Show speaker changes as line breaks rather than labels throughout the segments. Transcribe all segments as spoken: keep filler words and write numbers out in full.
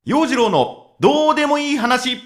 陽次郎のどうでもいい話。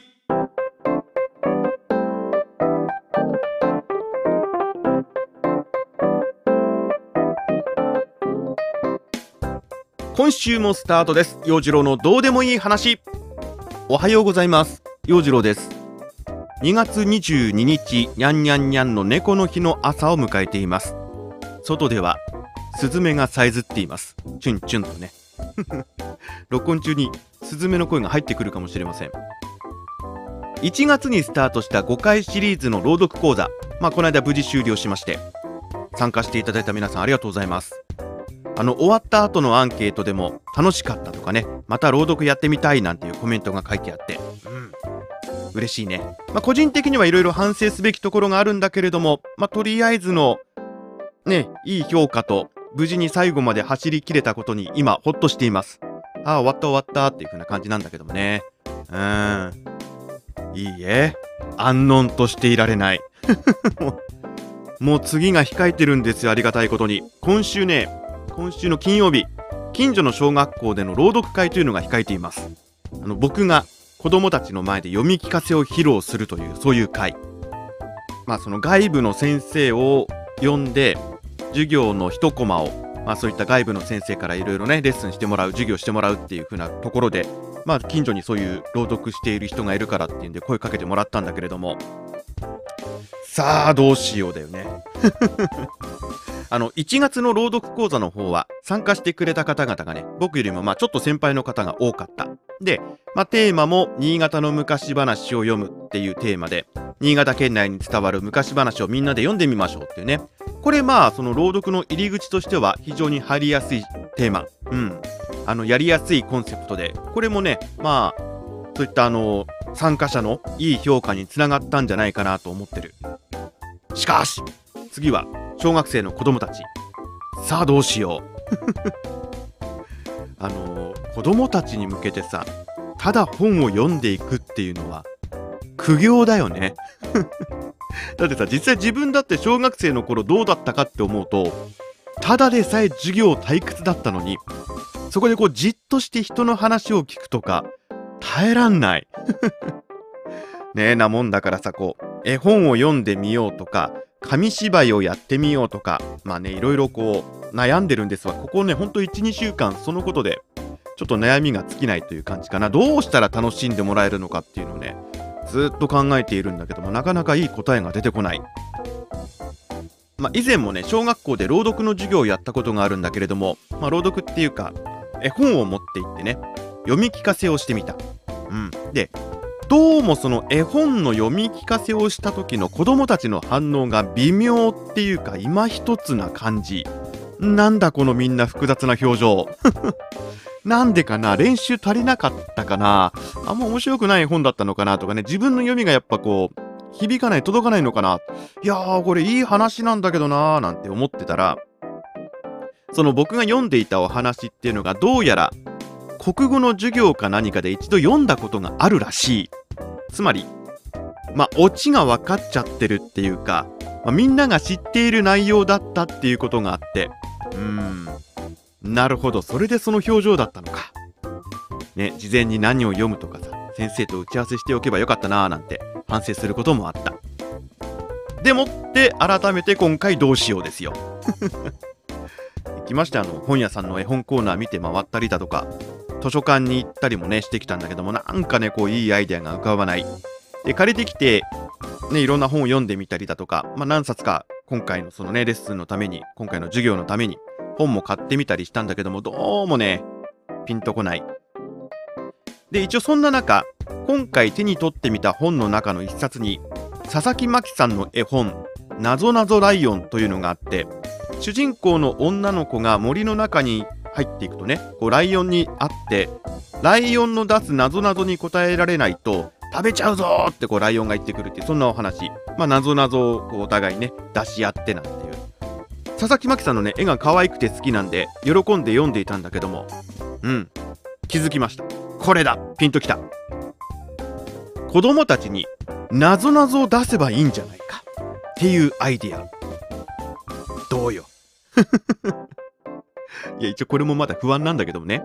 今週もスタートです。陽次郎のどうでもいい話。おはようございます。陽次郎です。にがつにじゅうににち、にゃんにゃんにゃんの猫の日の朝を迎えています。外ではスズメがさえずっています。チュンチュンとね録音中にスズメの声が入ってくるかもしれません。いちがつにスタートしたごかいシリーズの朗読講座、まあこの間無事終了しまして、参加していただいた皆さんありがとうございます。あの終わった後のアンケートでも楽しかったとかね、また朗読やってみたいなんていうコメントが書いてあって、うん嬉しいね。まあ個人的にはいろいろ反省すべきところがあるんだけれども、まあとりあえずのねいい評価と無事に最後まで走り切れたことに今ホッとしています。ああ終わった終わったっていう風な感じなんだけどもね。うーんいいえ安穏としていられないもう、もう次が控えてるんですよ。ありがたいことに今週ね今週の金曜日、近所の小学校での朗読会というのが控えています。あの僕が子供たちの前で読み聞かせを披露するというそういう会。まあその外部の先生を呼んで授業の一コマを、まあそういった外部の先生からいろいろねレッスンしてもらう、授業してもらうっていう風なところで、まあ近所にそういう朗読している人がいるからっていうんで声かけてもらったんだけれども、さあどうしようだよねあのいちがつの朗読講座の方は参加してくれた方々がね、僕よりもまあちょっと先輩の方が多かった。で、まあ、テーマも新潟の昔話を読むっていうテーマで、新潟県内に伝わる昔話をみんなで読んでみましょうっていうね。これまあその朗読の入り口としては非常に入りやすいテーマ、うんあのやりやすいコンセプトで、これもねまあそういったあの参加者のいい評価につながったんじゃないかなと思ってる。しかし次は小学生の子供たち。さあどうしようあのー、子供たちに向けてさ、ただ本を読んでいくっていうのは苦行だよねだってさ、実際自分だって小学生の頃どうだったかって思うと、ただでさえ授業退屈だったのに、そこでこうじっとして人の話を聞くとか耐えらんないねえなもんだからさ、こう絵本を読んでみようとか紙芝居をやってみようとか、まあねいろいろこう悩んでるんですが、ここねほんと いちにしゅうかんそのことでちょっと悩みが尽きないという感じかな。どうしたら楽しんでもらえるのかっていうのをねずっと考えているんだけども、なかなかいい答えが出てこない。まあ以前もね小学校で朗読の授業をやったことがあるんだけれども、まあ朗読っていうか絵本を持って行ってね読み聞かせをしてみた。うんでどうもその絵本の読み聞かせをした時の子供たちの反応が微妙っていうか今一つな感じ。なんだこのみんな複雑な表情なんでかな、練習足りなかったかな、あんま面白くない本だったのかなとかね、自分の読みがやっぱこう響かない届かないのかな、いやーこれいい話なんだけどなーなんて思ってたら、その僕が読んでいたお話っていうのがどうやら国語の授業か何かで一度読んだことがあるらしい。つまりまあオチが分かっちゃってるっていうか、まあ、みんなが知っている内容だったっていうことがあって、うーんなるほど、それでその表情だったのかね。事前に何を読むとかさ、先生と打ち合わせしておけばよかったなーなんて反省することもあった。でもって改めて今回どうしようですよ行きまして、あの本屋さんの絵本コーナー見て回ったりだとか、図書館に行ったりもねしてきたんだけども、なんかねこういいアイデアが浮かばない。で借りてきてねいろんな本を読んでみたりだとか、まあ何冊か今回のそのねレッスンのために、今回の授業のために本も買ってみたりしたんだけども、どうもねピンとこない。で一応そんな中、今回手に取ってみた本の中の一冊に佐々木真希さんの絵本なぞなぞライオンというのがあって、主人公の女の子が森の中に入っていくとね、こうライオンに会って、ライオンの出すなぞなぞに答えられないと食べちゃうぞーってこうライオンが言ってくるっていう、そんなお話。まあなぞなぞをこうお互いね出し合ってなんていう。佐々木真希さんのね絵が可愛くて好きなんで喜んで読んでいたんだけども、うん気づきました。これだ、ピンときた。子供たちになぞなぞを出せばいいんじゃないかっていうアイディア。どうよいや一応これもまだ不安なんだけどもね、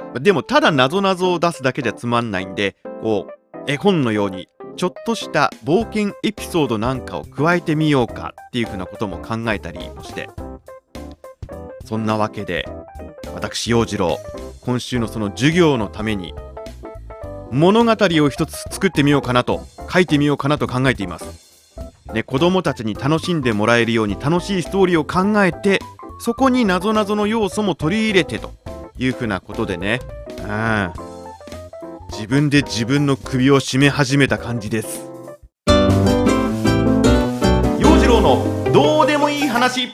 でもただなぞなぞを出すだけじゃつまんないんで、こう絵本のようにちょっとした冒険エピソードなんかを加えてみようかっていうふうなことも考えたりもして、そんなわけで私陽次郎、今週のその授業のために物語を一つ作ってみようかなと、書いてみようかなと考えています、ね、子供たちに楽しんでもらえるように楽しいストーリーを考えて、そこになぞなぞの要素も取り入れてというふうなことでね、うん、自分で自分の首を絞め始めた感じです。陽次郎のどうでもいい話。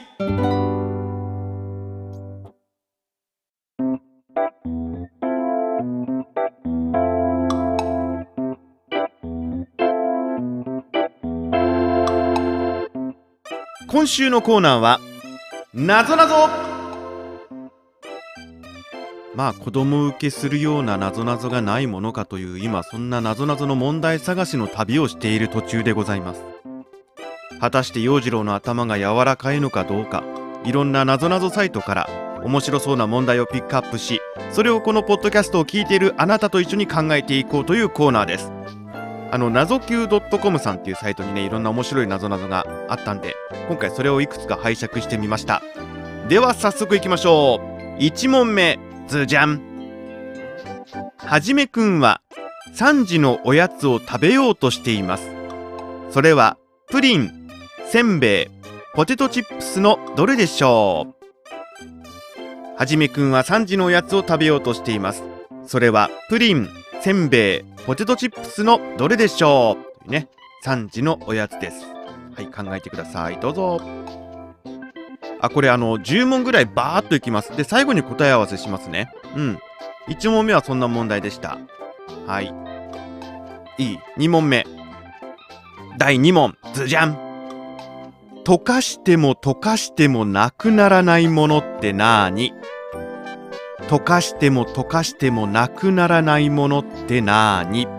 今週のコーナーはなぞなぞ。まあ子供受けするようななぞなぞがないものかという今、そんななぞなぞの問題探しの旅をしている途中でございます。果たして陽次郎の頭が柔らかいのかどうか、いろんななぞなぞサイトから面白そうな問題をピックアップし、それをこのポッドキャストを聞いているあなたと一緒に考えていこうというコーナーです。あのなぞきゅう .com さんっていうサイトにね、いろんな面白いなぞなぞがあったんで、今回それをいくつか拝借してみました。では早速いきましょう。いち問目、ずじゃん。はじめくんはさんじのおやつを食べようとしています。それはプリン、せんべい、ポテトチップスのどれでしょう。はじめくんはさんじのおやつを食べようとしています。それはプリン、せんべい、ポテトチップスのどれでしょう。ね、さんじのおやつです。はい、考えてください。どうぞ。あ、これあのじゅう問ぐらいバーっといきます。で、最後に答え合わせしますね。うん。いち問目はそんな問題でした。はい。いい。に問目。だいに問。ずじゃん。溶かしても溶かしてもなくならないものってなーに。溶かしても溶かしてもなくならないものってなーに。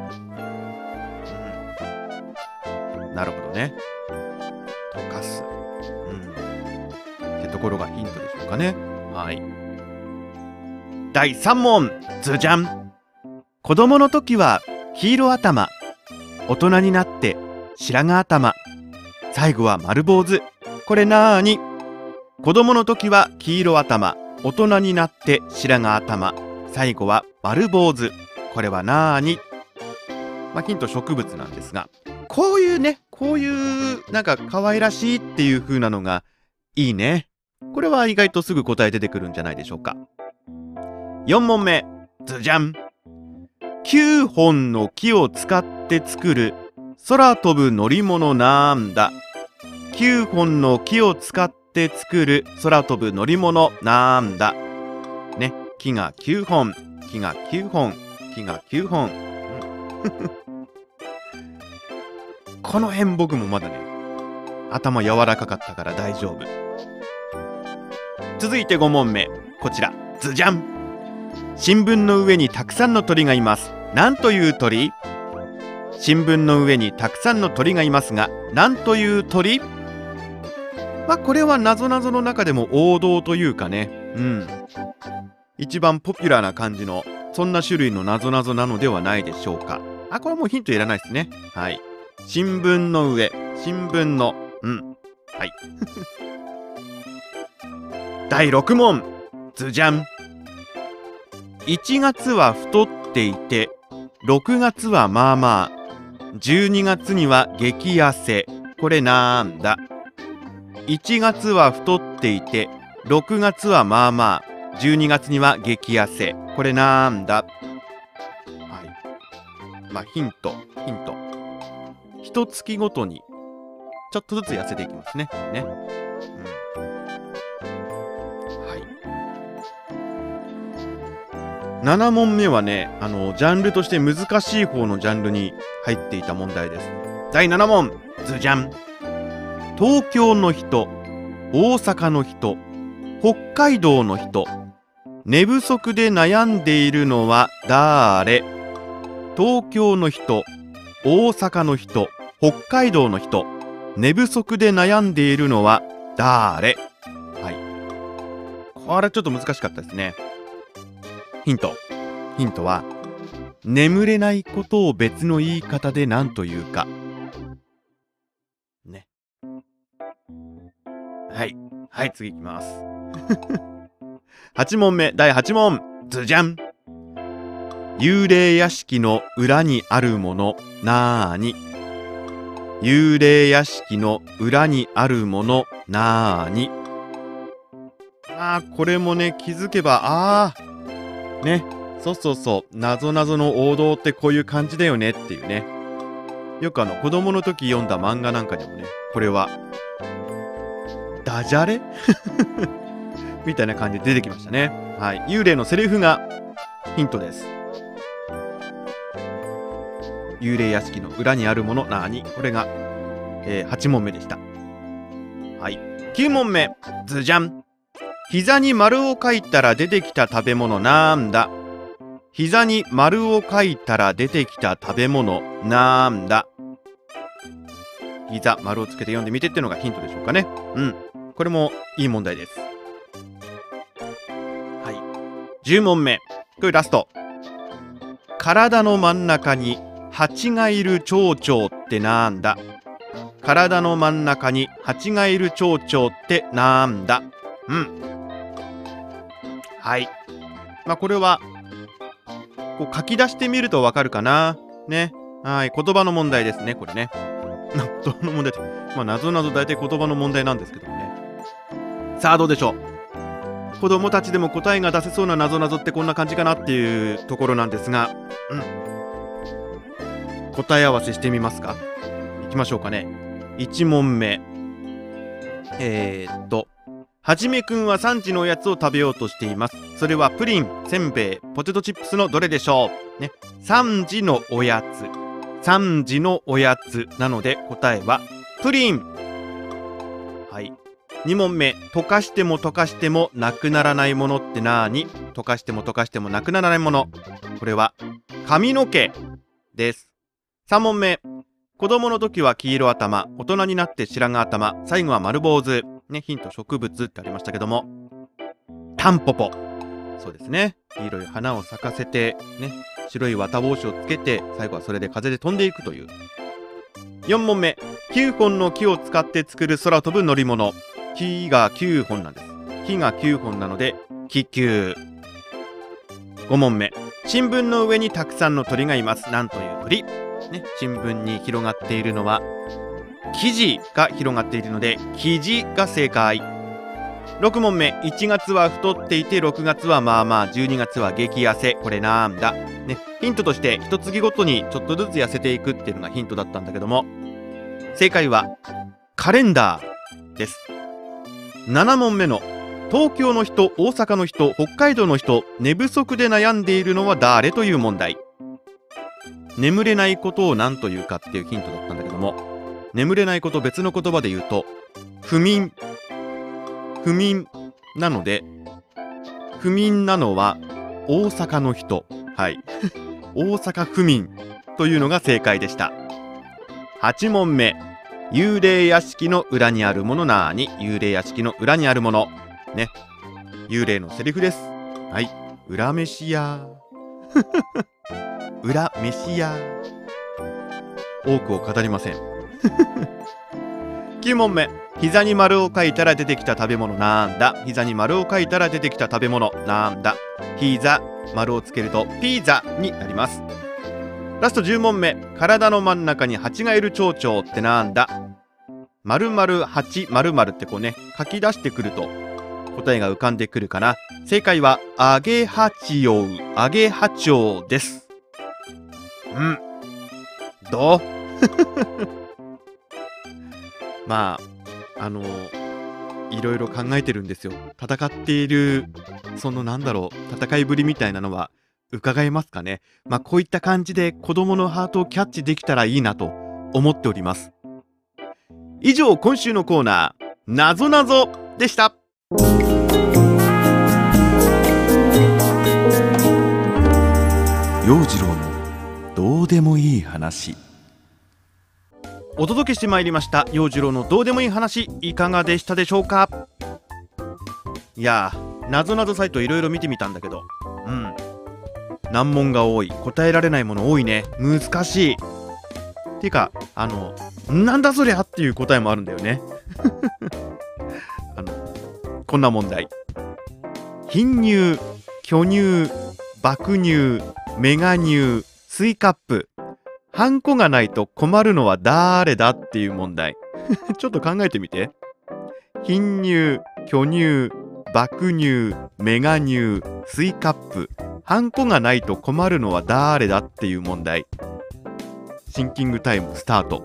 うん、なるほどね。溶かす。うん。ってところがヒントでしょうかね。はい。だいさん問。ずじゃん。子供の時は黄色頭。大人になって白髪頭。最後は丸坊主。これなーに。子供の時は黄色頭。大人になって白髪頭。最後は丸坊主。これはなーに。まあ、ヒント植物なんですが、こういうね、こういうなんか可愛らしいっていう風なのがいいね。これは意外とすぐ答え出てくるんじゃないでしょうか。よん問目。ずじゃん。きゅうほんの木を使って作る空飛ぶ乗り物なんだ。きゅうほんの木を使って作る空飛ぶ乗り物なんだ。ね、木がきゅうほん、木がきゅうほん、木がきゅうほん。うん、この辺僕もまだね、頭柔らかかったから大丈夫。続いてご問目。こちら。ずじゃん。新聞の上にたくさんの鳥がいます。なんという鳥？新聞の上にたくさんの鳥がいますが、なんという鳥？まあこれはなぞなぞの中でも王道というかね、うん、一番ポピュラーな感じのそんな種類のなぞなぞなのではないでしょうか。あ、これはもうヒントいらないですね。はい。新聞の上、新聞の、うん、はい。だいろく問。ずじゃん。いちがつは太っていて、ろくがつはまあまあ、じゅうにがつには激痩せ。これなんだ。いちがつは太っていて、ろくがつはまあまあ、じゅうにがつには激痩せ。これなんだ。はい。まあヒント、ヒント。一月ごとにちょっとずつ痩せていきますね。ね。うん。はい。なな問目はね、あのジャンルとして難しい方のジャンルに入っていた問題です。だいなな問。ずじゃん。東京の人、大阪の人、北海道の人、寝不足で悩んでいるのはだーれ？東京の人、大阪の人、北海道の人、寝不足で悩んでいるのはだーれ？はい。これちょっと難しかったですね。ヒント。 ヒントは、眠れないことを別の言い方で何というか。ね。はい。はい、次いきます。はち問目、だいはち問。ずじゃん。幽霊屋敷の裏にあるものなーに。幽霊屋敷の裏にあるものなーに。あー、これもね、気づけば、あー。ね。そうそうそう。なぞなぞの王道ってこういう感じだよねっていうね。よくあの、子供の時読んだ漫画なんかでもね、これは、ダジャレみたいな感じで出てきましたね。はい。幽霊のセリフがヒントです。幽霊屋敷の裏にあるものなーに。これが、えー、はち問目でした。はい。きゅう問目。ずじゃん。膝に丸を書いたら出てきた食べ物なんだ。膝に丸を書いたら出てきた食べ物なんだ。膝、丸をつけて読んでみてっていうのがヒントでしょうかね。うん。これもいい問題です。はい。じゅう問目。これラスト。体の真ん中に蜂がいる蝶々ってなんだ。体の真ん中に蜂がいる蝶々ってなんだ。うん。はい。まあこれはこう書き出してみるとわかるかな。ね。はい。言葉の問題ですね、これね。言葉の問題って、まあなぞなぞ大体言葉の問題なんですけどもね。さあどうでしょう。子供たちでも答えが出せそうななぞなぞってこんな感じかなっていうところなんですが、うん。答え合わせしてみますか。いきましょうかね。いち問目。えー、っと。はじめくんはさんじのおやつを食べようとしています。それはプリン、せんべい、ポテトチップスのどれでしょう。ね。さんじのおやつ。さんじのおやつなので答えはプリン。はい。に問目。溶かしても溶かしてもなくならないものってなーに。溶かしても溶かしてもなくならないもの。これは髪の毛です。さん問目。子供の時は黄色頭、大人になって白髪頭、最後は丸坊主。ね、ヒント植物ってありましたけども、タンポポ。そうですね。黄色い花を咲かせて、ね、白い綿帽子をつけて、最後はそれで風で飛んでいくという。よん問目。きゅうほんの木を使って作る空飛ぶ乗り物。木がきゅうほんなんです。木がきゅうほんなので、気球。ご問目。新聞の上にたくさんの鳥がいます。なんという鳥？ね、新聞に広がっているのは生地が広がっているので生地が正解。ろく問目。いちがつは太っていてろくがつはまあまあじゅうにがつは激痩せ。これなんだ、ね、ヒントとして一月ごとにちょっとずつ痩せていくっていうのがヒントだったんだけども、正解はカレンダーです。なな問目の東京の人、大阪の人、北海道の人、寝不足で悩んでいるのは誰という問題。眠れないことを何というかっていうヒントだったんだけども、眠れないこと別の言葉で言うと不眠。不眠なので、不眠なのは大阪の人。はい大阪府民というのが正解でした。はち問目。幽霊屋敷の裏にあるものなーに。幽霊屋敷の裏にあるものね、幽霊のセリフです。はい。裏飯屋裏飯屋。多くを語りませんきゅう問目。膝に丸を書いたら出てきた食べ物なんだ。膝に丸を書いたら出てきた食べ物なんだ。膝、丸をつけるとピザになります。ラストじゅう問目。体の真ん中に蜂がいる蝶々ってなんだ。〇〇蜂〇〇ってこうね、書き出してくると答えが浮かんでくるかな。正解はアゲハチョウ、アゲハチョウです。うんどうまああのいろいろ考えてるんですよ。戦っているそのなんだろう戦いぶりみたいなのは伺えますかね。まあこういった感じで子供のハートをキャッチできたらいいなと思っております。以上今週のコーナーなぞなぞでした。陽次郎のどうでもいい話。お届けしてまいりました陽次郎のどうでもいい話、いかがでしたでしょうか。いやーなぞなぞサイトいろいろ見てみたんだけど、うん難問が多い。答えられないもの多いね。難しい。てか、あの、なんだそりゃっていう答えもあるんだよね。あの、こんな問題。貧乳、巨乳、爆乳、メガ乳、スイカップ。ハンコがないと困るのは誰だっていう問題。ちょっと考えてみて。貧乳、巨乳、爆乳、メガ乳、スイカップ。ハンコがないと困るのは誰だっていう問題。シンキングタイムスタート。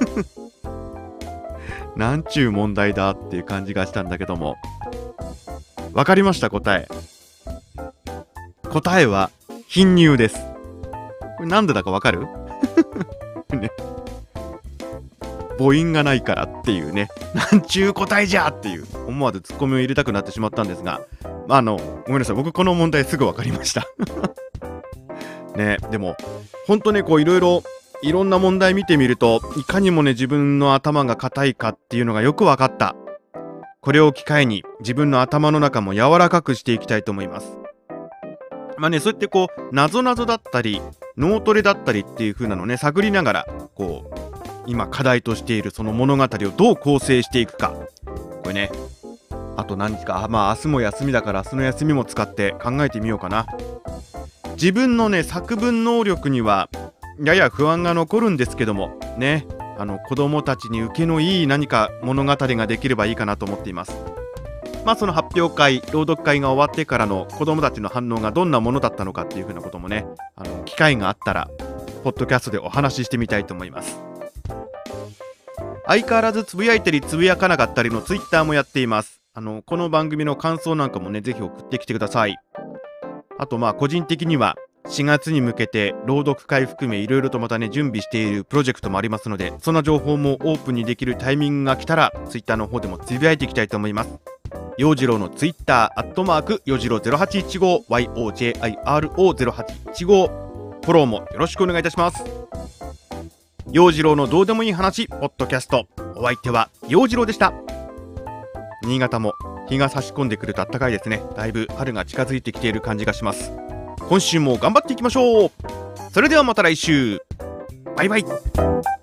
なんちゅう問題だっていう感じがしたんだけども。わかりました、答え。答えは貧乳です。これなんでだかわかる？ね。母音がないからっていうね、なんちゅう答えじゃっていう思わずツッコミを入れたくなってしまったんですが、まあ、あのごめんなさい、僕この問題すぐ分かりましたね。でもほんとね、こういろいろいろんな問題見てみると、いかにもね自分の頭が硬いかっていうのがよく分かった。これを機会に自分の頭の中も柔らかくしていきたいと思います。まあね、そうやってこうなぞなぞだったり脳トレだったりっていう風なのね探りながら、こう今課題としているその物語をどう構成していくか、これね、あと何日か、あまあ明日も休みだから明日の休みも使って考えてみようかな。自分のね作文能力にはやや不安が残るんですけどもね、あの子供たちに受けのいい何か物語ができればいいかなと思っています。まあその発表会、朗読会が終わってからの子供たちの反応がどんなものだったのかっていうふうなこともね、あの機会があったらポッドキャストでお話ししてみたいと思います。相変わらずつぶやいたりつぶやかなかったりのツイッターもやっています。あのこの番組の感想なんかもね、ぜひ送ってきてください。あとまあ個人的にはしがつに向けて朗読会含めいろいろとまたね準備しているプロジェクトもありますので、そんな情報もオープンにできるタイミングが来たらツイッターの方でもつぶやいていきたいと思います。陽次郎のツイッターアットマーク陽次郎ゼロはちいちご ヨジロゼロはちいちご フォローもよろしくお願いいたします。陽次郎のどうでもいい話ポッドキャスト、お相手は陽次郎でした。新潟も日が差し込んでくると暖かいですね。だいぶ春が近づいてきている感じがします。今週も頑張っていきましょう。それではまた来週。バイバイ。